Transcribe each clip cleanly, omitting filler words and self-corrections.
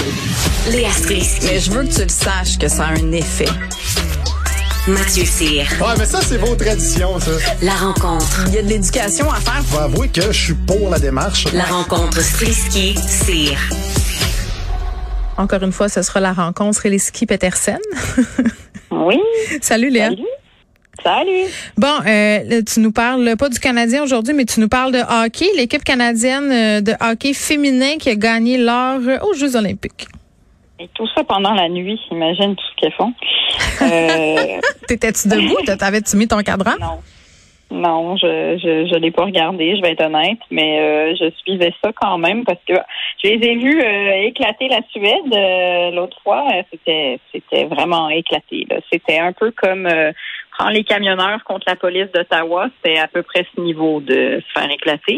Léa Strisky. Mais je veux que tu le saches que ça a un effet. Mathieu Cyr. Ouais, mais ça, c'est vos traditions, ça. La rencontre. Il y a de l'éducation à faire. Faut avouer que je suis pour la démarche. La rencontre Strisky-Cyr. Encore une fois, ce sera la rencontre Streliski-Petersen. Oui. Salut Léa. Salut. Bon, là, tu nous parles pas du Canadien aujourd'hui, mais tu nous parles de hockey, l'équipe canadienne de hockey féminin qui a gagné l'or aux Jeux olympiques. Et tout ça pendant la nuit, imagine tout ce qu'elles font. T'étais-tu debout? T'avais-tu mis ton cadran? Non, je l'ai pas regardé, je vais être honnête, mais je suivais ça quand même parce que je les ai vus éclater la Suède l'autre fois. C'était vraiment éclaté, là. C'était un peu comme prendre les camionneurs contre la police d'Ottawa. C'était à peu près ce niveau de se faire éclater.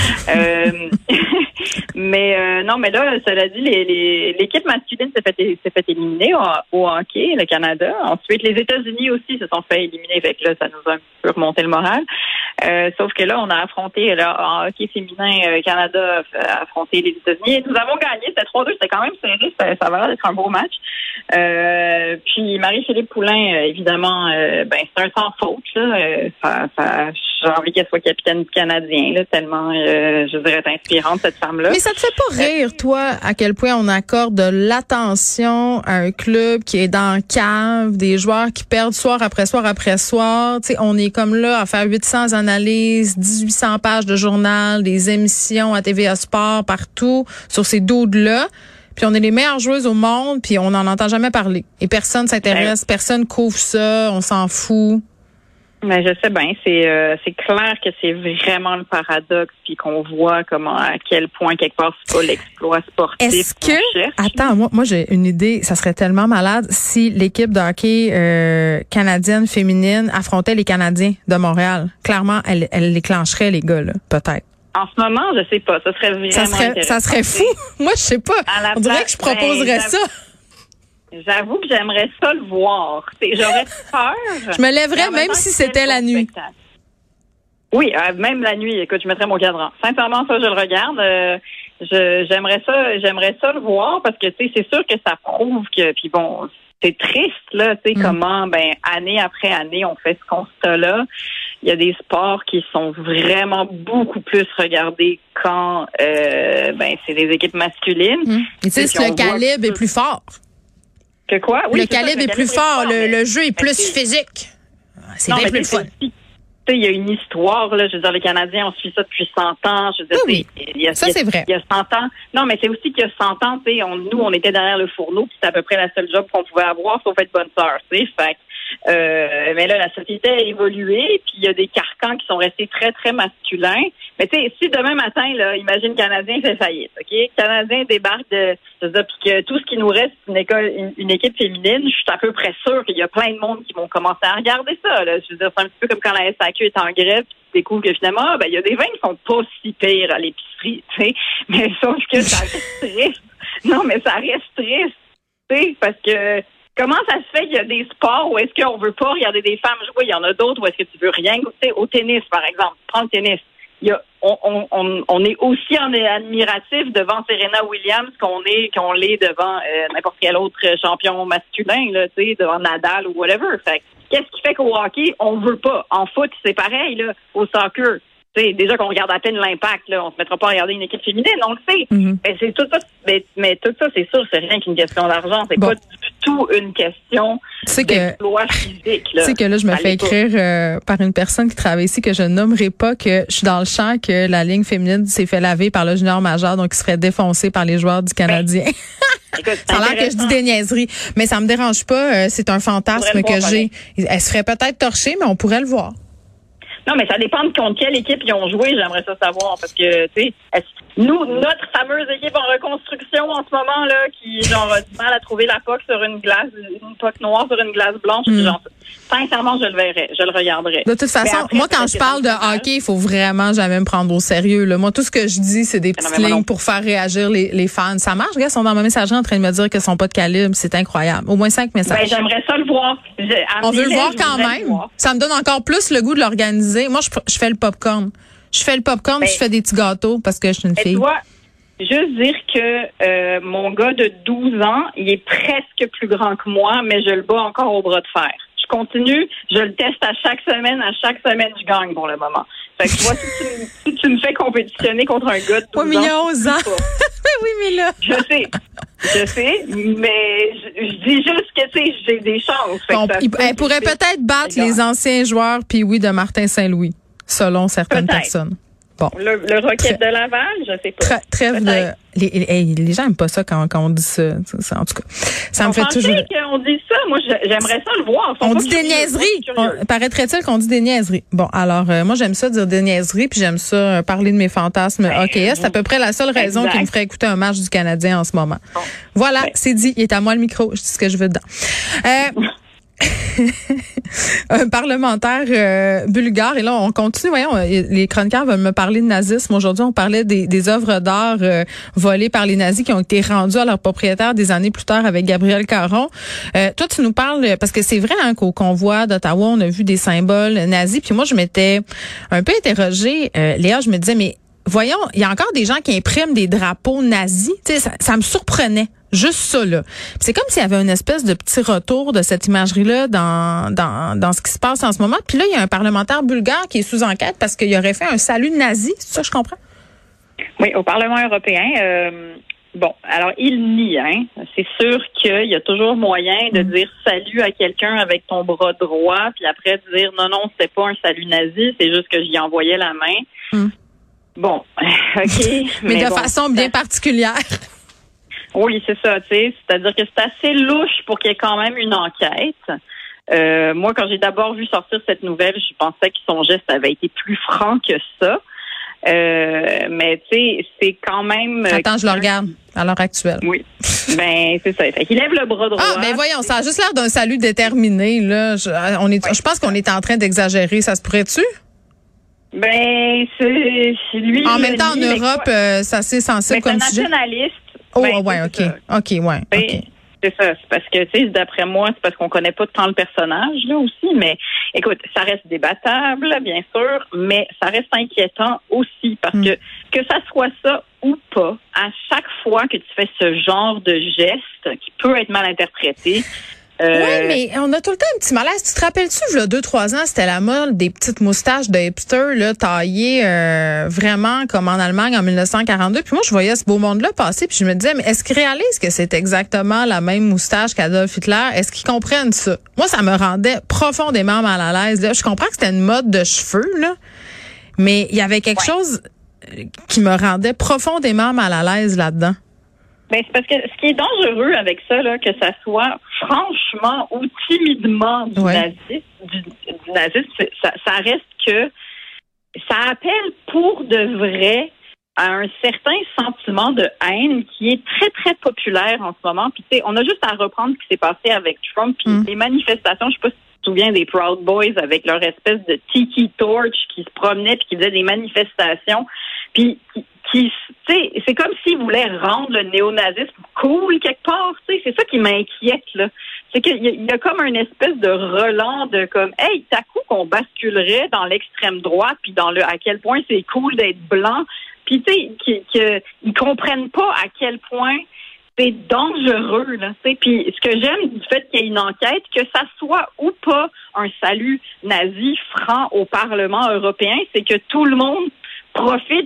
Mais non, mais là, cela dit, l'équipe masculine s'est fait éliminer au hockey, le Canada. Ensuite, les États-Unis aussi se sont fait éliminer. Fait que là, ça nous a un peu remonté le moral. Sauf que là, on a affronté, là, en hockey féminin, Canada a affronté les États-Unis. Et nous avons gagné. C'était 3-2. C'était quand même serré. Ça avait l'air d'être un beau match. Puis Marie-Philippe Poulin, évidemment, c'est un sans faute, là. J'ai envie qu'elle soit capitaine du Canadien, là, tellement, je dirais, inspirante, cette femme-là. Mais ça te fait pas rire, toi, à quel point on accorde de l'attention à un club qui est dans le cave, des joueurs qui perdent soir après soir après soir. Tu sais, on est comme là à faire 800 analyses, 1800 pages de journal, des émissions à TVA Sport partout sur ces dudes-là. Puis on est les meilleures joueuses au monde, puis on n'en entend jamais parler. Et personne s'intéresse, personne couvre ça, on s'en fout. Mais je sais bien, c'est clair que c'est vraiment le paradoxe, puis qu'on voit comment, à quel point quelque part c'est pas l'exploit sportif. Est-ce que attends, moi j'ai une idée, ça serait tellement malade si l'équipe de hockey canadienne féminine affrontait les Canadiens de Montréal. Clairement, elle déclencherait les gars là, peut-être. En ce moment, je sais pas, ça serait vraiment intéressant. Ça serait fou. Moi, je sais pas. On dirait que je proposerais ça. J'avoue que j'aimerais ça le voir. J'aurais peur. Je me lèverais même si c'était la nuit. Oui, même la nuit. Écoute, je mettrais mon cadran. Sincèrement, ça, je le regarde. J'aimerais ça le voir parce que tu sais, c'est sûr que ça prouve que. Puis bon, c'est triste là, tu sais comment, année après année, on fait ce constat-là. Il y a des sports qui sont vraiment beaucoup plus regardés quand, c'est des équipes masculines. Et tu sais, le calibre est plus fort. Que quoi? Oui, le calibre est plus fort. Le jeu est plus physique. C'est bien plus fun. Il y a une histoire, là. Je veux dire, les Canadiens, on suit ça depuis 100 ans. Je veux dire, oui. Ça, c'est vrai. Il y a 100 ans. Non, mais c'est aussi qu'il y a 100 ans, tu sais, nous, on était derrière le fourneau, puis c'était à peu près la seule job qu'on pouvait avoir, sauf être bonne sœur, tu sais. Fait mais là, la société a évolué, puis il y a des carcans qui sont restés très, très masculins. Mais tu sais, si demain matin, là, imagine Canadien fait faillite, OK? Canadien débarque puis que tout ce qui nous reste, c'est une équipe féminine, je suis à peu près sûre qu'il y a plein de monde qui vont commencer à regarder ça, là. Je veux dire, c'est un petit peu comme quand la SAQ est en grève, puis tu découvres que finalement, il y a des vins qui sont pas si pires à l'épicerie, tu sais. Mais sauf que ça reste triste. Non, mais ça reste triste, tu sais, parce que comment ça se fait qu'il y a des sports où est-ce qu'on veut pas regarder des femmes jouer? Il y en a d'autres où est-ce que tu veux rien goûter. Au tennis, par exemple. Prends le tennis. On est aussi admiratif devant Serena Williams qu'on l'est devant n'importe quel autre champion masculin, là, tu sais, devant Nadal ou whatever. Fait qu'est-ce qui fait qu'au hockey, on veut pas? En foot, c'est pareil, là, au soccer. T'sais, déjà qu'on regarde à peine l'impact, là, on se mettra pas à regarder une équipe féminine, on le sait. Mais c'est tout ça, mais tout ça, c'est sûr, c'est rien qu'une question d'argent. C'est pas du tout une question d'exploit physique. Tu sais que là, je me fais écrire par une personne qui travaille ici que je nommerai pas, que je suis dans le champ que la ligne féminine s'est fait laver par le junior majeur, donc il se ferait défoncer par les joueurs du Canadien. Écoute, ça a l'air que je dis des niaiseries, mais ça me dérange pas. C'est un fantasme que j'ai. Elle se ferait peut-être torcher, mais on pourrait le voir. Non, mais ça dépend de contre quelle équipe ils ont joué, j'aimerais ça savoir, parce que, tu sais, nous, notre fameuse équipe en reconstruction en ce moment, là, qui, genre, a du mal à trouver la puck sur une puck noire sur une glace blanche, genre, sincèrement, je le verrais, je le regarderais. De toute façon, après, moi, quand je parle de hockey, il faut vraiment jamais me prendre au sérieux, là. Moi, tout ce que je dis, c'est des petites lignes pour faire réagir les fans. Ça marche, les gars, ils sont dans ma messagerie en train de me dire qu'ils sont pas de calibre, c'est incroyable. Au moins 5 messages. J'aimerais ça le voir. On veut le voir quand même. Ça me donne encore plus le goût de l'organiser. Moi, je fais le popcorn. Je fais le popcorn, je fais des petits gâteaux parce que je suis une fille. juste dire que mon gars de 12 ans, il est presque plus grand que moi, mais je le bats encore au bras de fer. Je continue, je le teste à chaque semaine, je gagne pour le moment. Fait que tu vois, si tu me fais compétitionner contre un gars de 12 ans... Oui, mais il y a 11 ans. Oui, mais là... Je sais, mais je dis juste que, tu sais, j'ai des chances. Elle pourrait peut-être battre les anciens joueurs puis de Martin Saint-Louis, selon certaines personnes. Bon. Le Rocket de Laval, je sais pas. Trêve de... Les gens n'aiment pas ça quand on dit ça. En tout cas, ça me fait toujours... qu'on dit ça? Moi, j'aimerais ça le voir. On dit des niaiseries. Paraîtrait-il qu'on dit des niaiseries. Bon, alors, moi, j'aime ça dire des niaiseries, puis j'aime ça parler de mes fantasmes hockeyistes. C'est à peu près la seule raison qui me ferait écouter un match du Canadien en ce moment. Bon. Voilà, c'est dit. Il est à moi le micro. Je dis ce que je veux dedans. Un parlementaire bulgare, et là on continue, voyons, les chroniqueurs veulent me parler de nazisme. Aujourd'hui on parlait des œuvres d'art volées par les nazis qui ont été rendues à leurs propriétaires des années plus tard avec Gabriel Caron. Toi tu nous parles, parce que c'est vrai qu'au convoi d'Ottawa on a vu des symboles nazis, puis moi je m'étais un peu interrogée, Léa, je me disais mais voyons, il y a encore des gens qui impriment des drapeaux nazis, tu sais, ça me surprenait. Juste ça, là. C'est comme s'il y avait une espèce de petit retour de cette imagerie-là dans ce qui se passe en ce moment. Puis là, il y a un parlementaire bulgare qui est sous enquête parce qu'il aurait fait un salut nazi. C'est ça que je comprends? Oui, au Parlement européen. Bon, alors, il nie, hein. C'est sûr qu'il y a toujours moyen de dire salut à quelqu'un avec ton bras droit, puis après de dire non, c'était pas un salut nazi, c'est juste que j'y envoyais la main. Bon, OK. mais de façon bien particulière. Oui, c'est ça, tu sais. C'est-à-dire que c'est assez louche pour qu'il y ait quand même une enquête. Moi, quand j'ai d'abord vu sortir cette nouvelle, je pensais que son geste avait été plus franc que ça. Mais tu sais, c'est quand même... Attends, je le regarde à l'heure actuelle. Oui. Ben, c'est ça. Fait qu'il lève le bras droit. Ah, ben voyons, ça a juste l'air d'un salut déterminé, là. Je pense qu'on est en train d'exagérer. Ça se pourrait-tu? Ben, c'est lui... En même temps, en Europe, c'est assez sensible comme sujet. C'est un nationaliste. Oh, ouais, OK. OK, ouais. Okay. C'est ça. C'est parce que, tu sais, d'après moi, c'est parce qu'on connaît pas tant le personnage, là, aussi. Mais, écoute, ça reste débattable, bien sûr, mais ça reste inquiétant aussi parce que ça soit ça ou pas, à chaque fois que tu fais ce genre de geste qui peut être mal interprété, oui, mais on a tout le temps un petit malaise. Tu te rappelles-tu, il y a 2-3 ans, c'était la mode des petites moustaches de hipster, là, taillées vraiment comme en Allemagne en 1942. Puis moi, je voyais ce beau monde-là passer, puis je me disais, mais est-ce qu'ils réalisent que c'est exactement la même moustache qu'Adolf Hitler? Est-ce qu'ils comprennent ça? Moi, ça me rendait profondément mal à l'aise. Là. Je comprends que c'était une mode de cheveux, là, mais il y avait quelque chose qui me rendait profondément mal à l'aise là-dedans. Ben, c'est parce que ce qui est dangereux avec ça, là, que ça soit franchement ou timidement du nazisme, ça reste que ça appelle pour de vrai à un certain sentiment de haine qui est très, très populaire en ce moment. Puis, tu sais, on a juste à reprendre ce qui s'est passé avec Trump, puis les manifestations, je sais pas si tu te souviens des Proud Boys avec leur espèce de tiki torch qui se promenait puis qui faisait des manifestations, puis qui, tu sais, c'est comme s'ils voulaient rendre le néonazisme cool quelque part, tu sais, c'est ça qui m'inquiète, là. C'est qu'il y a comme une espèce de relent de comme, hey, t'as coup qu'on basculerait dans l'extrême droite puis dans le à quel point c'est cool d'être blanc, puis tu sais, qu'ils comprennent pas à quel point c'est dangereux, là, tu sais. Puis ce que j'aime du fait qu'il y ait une enquête, que ça soit ou pas un salut nazi franc au Parlement européen, c'est que tout le monde profite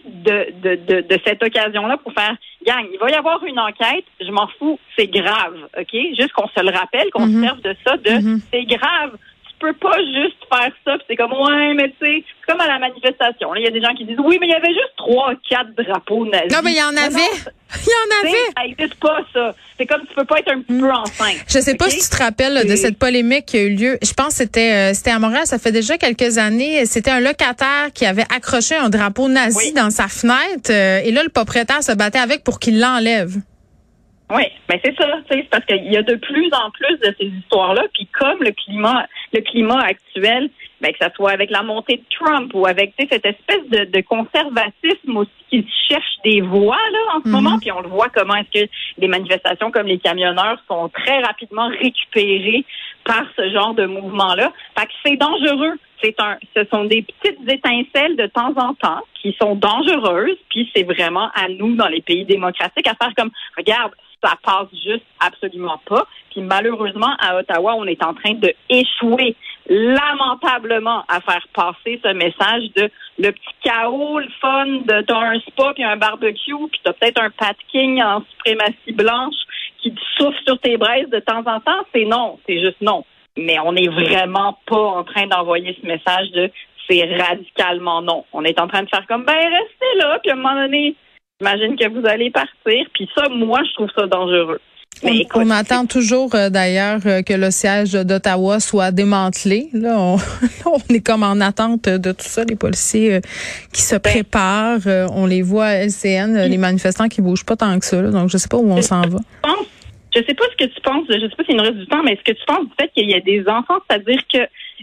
de cette occasion-là pour faire gang, il va y avoir une enquête, je m'en fous, c'est grave, OK? Juste qu'on se le rappelle, qu'on se serve de ça, c'est grave. Tu peux pas juste faire ça, pis c'est comme, ouais, mais tu sais, c'est comme à la manifestation. Là, il y a des gens qui disent, oui, mais il y avait juste 3-4 drapeaux nazis. Non, mais il y en avait. Il y en avait. Ça n'existe pas, ça. C'est comme tu peux pas être un petit peu enceinte. Je sais pas si tu te rappelles là, de cette polémique qui a eu lieu. Je pense que c'était à Montréal, ça fait déjà quelques années. C'était un locataire qui avait accroché un drapeau nazi dans sa fenêtre. Et là, le propriétaire se battait avec pour qu'il l'enlève. Oui, mais c'est ça, tu sais, c'est parce qu'il y a de plus en plus de ces histoires-là, puis comme le climat actuel, ben que ça soit avec la montée de Trump ou avec cette espèce de conservatisme aussi qui cherche des voix là en ce moment, puis on le voit comment est-ce que les manifestations comme les camionneurs sont très rapidement récupérées par ce genre de mouvement-là. Fait que c'est dangereux. Ce sont des petites étincelles de temps en temps qui sont dangereuses, puis c'est vraiment à nous, dans les pays démocratiques, à faire comme, regarde, ça passe juste absolument pas. Puis malheureusement, à Ottawa, on est en train de échouer lamentablement à faire passer ce message de le petit chaos, le fun, de t'as un spa puis un barbecue, puis t'as peut-être un Pat King en suprématie blanche qui te souffle sur tes braises de temps en temps. C'est non, c'est juste non. Mais on n'est vraiment pas en train d'envoyer ce message de c'est radicalement non. On est en train de faire comme, restez là, puis à un moment donné, j'imagine que vous allez partir. Puis ça, moi, je trouve ça dangereux. Mais écoute, on attend toujours d'ailleurs que le siège d'Ottawa soit démantelé. Là, on est comme en attente de tout ça, les policiers qui se préparent. On les voit à LCN, les manifestants qui bougent pas tant que ça. Là, donc, je sais pas où on s'en va. Je sais pas ce que tu penses, je sais pas s'il nous reste du temps, mais est-ce que tu penses du fait qu'il y a des enfants, c'est-à-dire que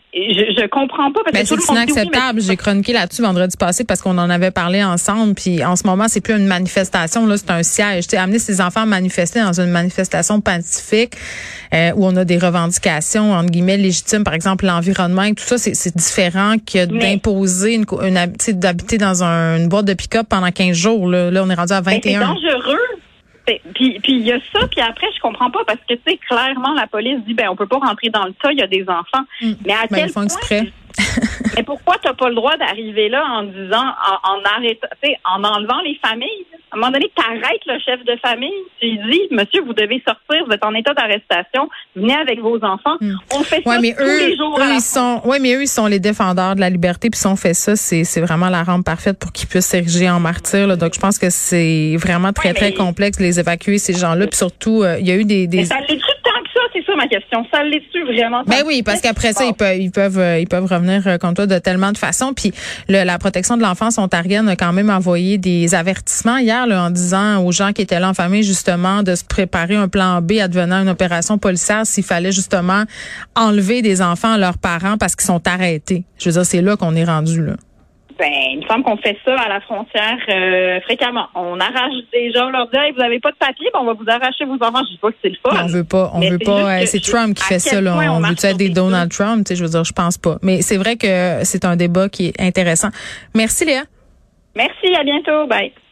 je comprends pas parce que tout le monde dit inacceptable. Oui, j'ai chroniqué là-dessus vendredi passé parce qu'on en avait parlé ensemble. Puis en ce moment, c'est plus une manifestation, là, c'est un siège. Tu sais, amener ces enfants à manifester dans une manifestation pacifique où on a des revendications entre guillemets légitimes, par exemple l'environnement et tout ça, c'est différent que d'imposer d'habiter dans une boîte de pick-up pendant 15 jours. Là, on est rendu à 21. C'est dangereux. Puis il y a ça, puis après je comprends pas parce que tu sais clairement la police dit on peut pas rentrer dans le tas, il y a des enfants. Mais à quel point mais pourquoi t'as pas le droit d'arriver là en disant en arrêtant, tu sais, en enlevant les familles? À un moment donné, t'arrêtes le chef de famille, tu lui dis monsieur, vous devez sortir, vous êtes en état d'arrestation, venez avec vos enfants. On fait ça tous les jours. Mais eux, ils sont les défendeurs de la liberté, puis si on fait ça, c'est vraiment la rampe parfaite pour qu'ils puissent s'ériger en martyrs. Là. Donc je pense que c'est vraiment très complexe de les évacuer, ces gens-là. Puis surtout, il y a eu des... Mais ça l'est-tu tant que ça, c'est ça ma question. Ça l'est-tu vraiment? Oui, parce qu'après ça, ils peuvent revenir contre toi de tellement de façons. Puis la protection de l'enfance ontarienne a quand même envoyé des avertissements hier là, en disant aux gens qui étaient là en famille justement de se préparer un plan B advenant une opération policière s'il fallait justement enlever des enfants à leurs parents parce qu'ils sont arrêtés. Je veux dire, c'est là qu'on est rendu là. Il me semble qu'on fait ça à la frontière fréquemment. On arrache des gens, on leur dit hey, vous avez pas de papier, on va vous arracher vos enfants. Je dis pas que c'est le fun. On veut pas. C'est Trump qui fait ça. Là. On veut être des Donald Trump. Je veux dire, je pense pas. Mais c'est vrai que c'est un débat qui est intéressant. Merci Léa. Merci, à bientôt. Bye.